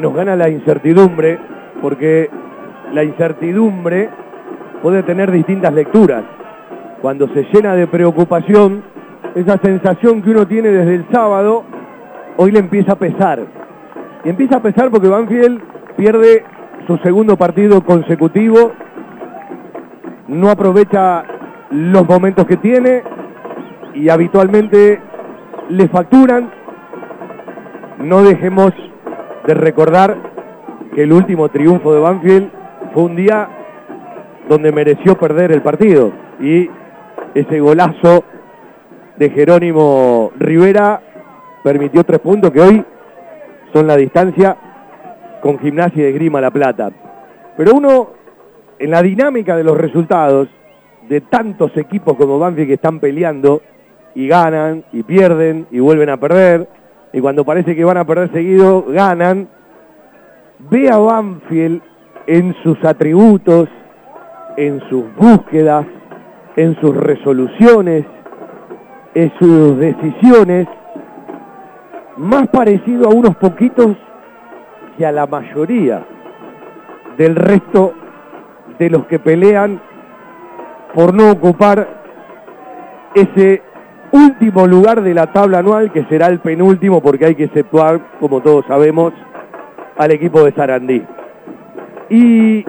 nos gana la incertidumbre, porque la incertidumbre puede tener distintas lecturas. Cuando se llena de preocupación, esa sensación que uno tiene desde el sábado, hoy le empieza a pesar. Y empieza a pesar porque Banfield pierde su segundo partido consecutivo, no aprovecha los momentos que tiene y habitualmente le facturan. No dejemos de recordar que el último triunfo de Banfield fue un día donde mereció perder el partido, y ese golazo de Jerónimo Rivera permitió 3 puntos que hoy son la distancia con Gimnasia y Esgrima La Plata. Pero uno, en la dinámica de los resultados de tantos equipos como Banfield que están peleando y ganan y pierden y vuelven a perder, y cuando parece que van a perder seguido, ganan, ve a Banfield en sus atributos, en sus búsquedas, en sus resoluciones, en sus decisiones, más parecido a unos poquitos que a la mayoría del resto de los que pelean por no ocupar ese último lugar de la tabla anual, que será el penúltimo, porque hay que exceptuar, como todos sabemos, al equipo de Sarandí. Y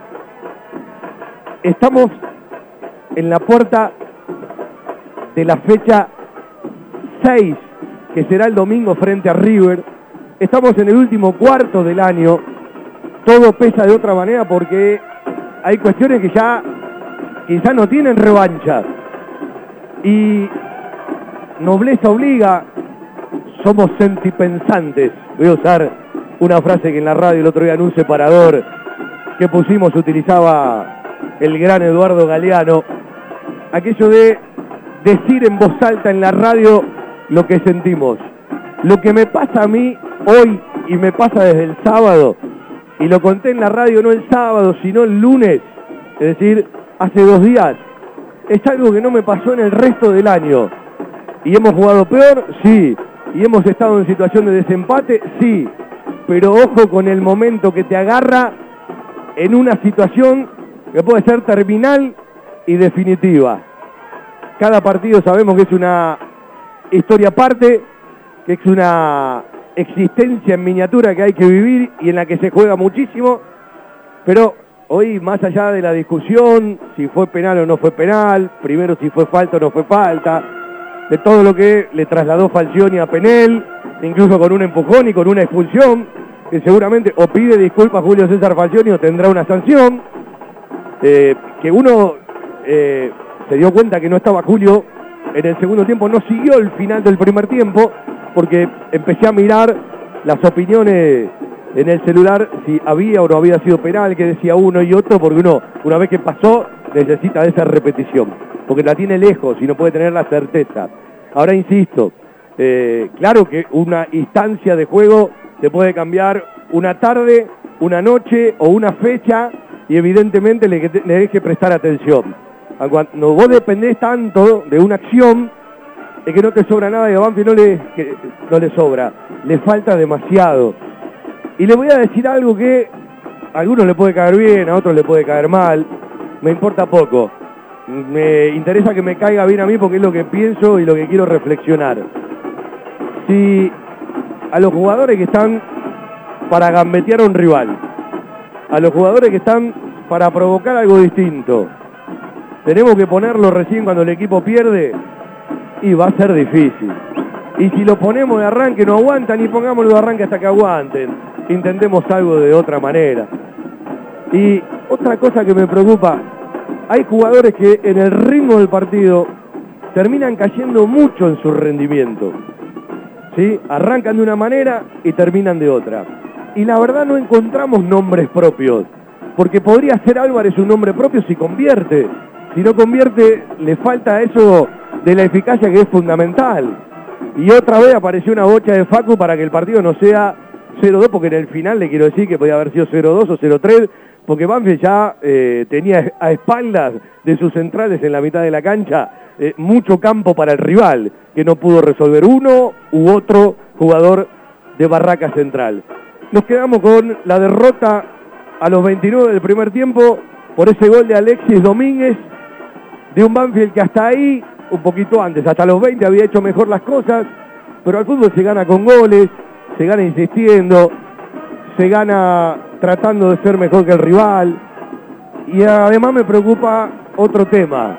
estamos en la puerta de la fecha 6, que será el domingo frente a River. Estamos en el último cuarto del año. Todo pesa de otra manera porque hay cuestiones que ya quizás no tienen revancha. Y nobleza obliga, somos sentipensantes. Voy a usar una frase que en la radio el otro día en un separador que pusimos utilizaba el gran Eduardo Galeano. Aquello de decir en voz alta en la radio lo que sentimos. Lo que me pasa a mí hoy y me pasa desde el sábado, y lo conté en la radio no el sábado sino el lunes, es decir, hace 2 días, es algo que no me pasó en el resto del año. ¿Y hemos jugado peor? Sí. ¿Y hemos estado en situación de desempate? Sí. Pero ojo con el momento que te agarra en una situación que puede ser terminal y definitiva. Cada partido sabemos que es una historia aparte, que es una existencia en miniatura que hay que vivir y en la que se juega muchísimo, pero hoy, más allá de la discusión, si fue penal o no fue penal, primero si fue falta o no fue falta, de todo lo que le trasladó Falcioni a Penel, incluso con un empujón y con una expulsión, que seguramente o pide disculpas Julio César Falcioni o tendrá una sanción, que uno se dio cuenta que no estaba Julio en el segundo tiempo, no siguió el final del primer tiempo, porque empecé a mirar las opiniones en el celular, si había o no había sido penal, que decía uno y otro, porque uno, una vez que pasó, necesita de esa repetición, porque la tiene lejos y no puede tener la certeza. Ahora insisto, claro que una instancia de juego te puede cambiar una tarde, una noche o una fecha, y evidentemente le debes que prestar atención. Cuando vos dependés tanto de una acción, es que no te sobra nada, y a Banfield no le sobra, le falta demasiado. Y le voy a decir algo que a algunos le puede caer bien, a otros le puede caer mal, me importa poco. Me interesa que me caiga bien a mí porque es lo que pienso y lo que quiero reflexionar. Si a los jugadores que están para gambetear a un rival, a los jugadores que están para provocar algo distinto, tenemos que ponerlo recién cuando el equipo pierde, y va a ser difícil. Y si lo ponemos de arranque no aguantan, y pongámoslo de arranque hasta que aguanten. Intentemos algo de otra manera. Y otra cosa que me preocupa, hay jugadores que en el ritmo del partido terminan cayendo mucho en su rendimiento, ¿sí? Arrancan de una manera y terminan de otra. Y la verdad no encontramos nombres propios, porque podría ser Álvarez un nombre propio si convierte. Si no convierte, le falta eso de la eficacia que es fundamental. Y otra vez apareció una bocha de Facu para que el partido no sea 0-2, porque en el final le quiero decir que podía haber sido 0-2 o 0-3, porque Banfield ya tenía a espaldas de sus centrales en la mitad de la cancha mucho campo para el rival, que no pudo resolver uno u otro jugador de Barraca Central. nos quedamos con la derrota a los 29 del primer tiempo por ese gol de Alexis Domínguez, de un Banfield que hasta ahí, un poquito antes, hasta los 20 había hecho mejor las cosas, pero al fútbol se gana con goles, se gana insistiendo, se gana tratando de ser mejor que el rival, y además me preocupa otro tema,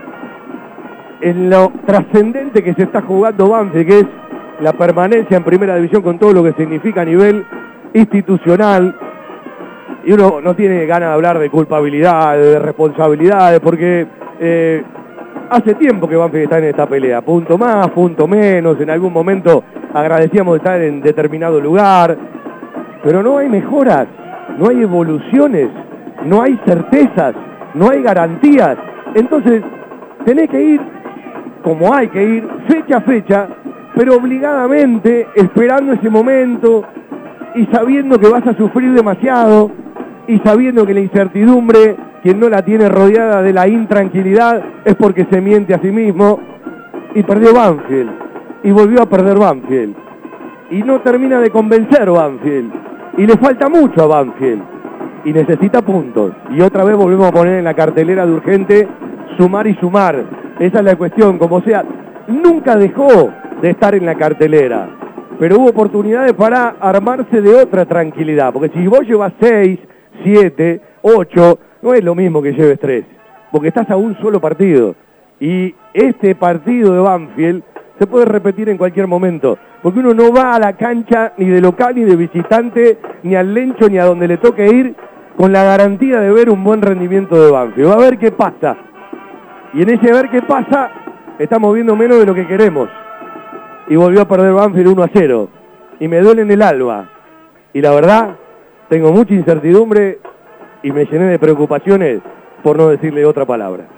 en lo trascendente que se está jugando Banfield, que es la permanencia en primera división con todo lo que significa a nivel institucional, y uno no tiene ganas de hablar de culpabilidades, de responsabilidades, porque hace tiempo que Banfield está en esta pelea, punto más, punto menos, en algún momento agradecíamos estar en determinado lugar, pero no hay mejoras, no hay evoluciones, no hay certezas, no hay garantías. Entonces tenés que ir como hay que ir, fecha a fecha, pero obligadamente, esperando ese momento y sabiendo que vas a sufrir demasiado y sabiendo que la incertidumbre, quien no la tiene rodeada de la intranquilidad, es porque se miente a sí mismo. Y perdió Banfield, y volvió a perder Banfield, y no termina de convencer Banfield, y le falta mucho a Banfield, y necesita puntos, y otra vez volvemos a poner en la cartelera de urgente sumar y sumar. Esa es la cuestión, como sea, nunca dejó de estar en la cartelera, pero hubo oportunidades para armarse de otra tranquilidad, porque si vos llevas 6, 7, 8, no es lo mismo que lleves 3, porque estás a un solo partido, y este partido de Banfield se puede repetir en cualquier momento, porque uno no va a la cancha ni de local ni de visitante, ni al Lencho ni a donde le toque ir, con la garantía de ver un buen rendimiento de Banfield. Va a ver qué pasa, y en ese ver qué pasa, estamos viendo menos de lo que queremos, y volvió a perder Banfield 1-0, y me duele en el alma, y la verdad, tengo mucha incertidumbre, y me llené de preocupaciones, por no decirle otra palabra.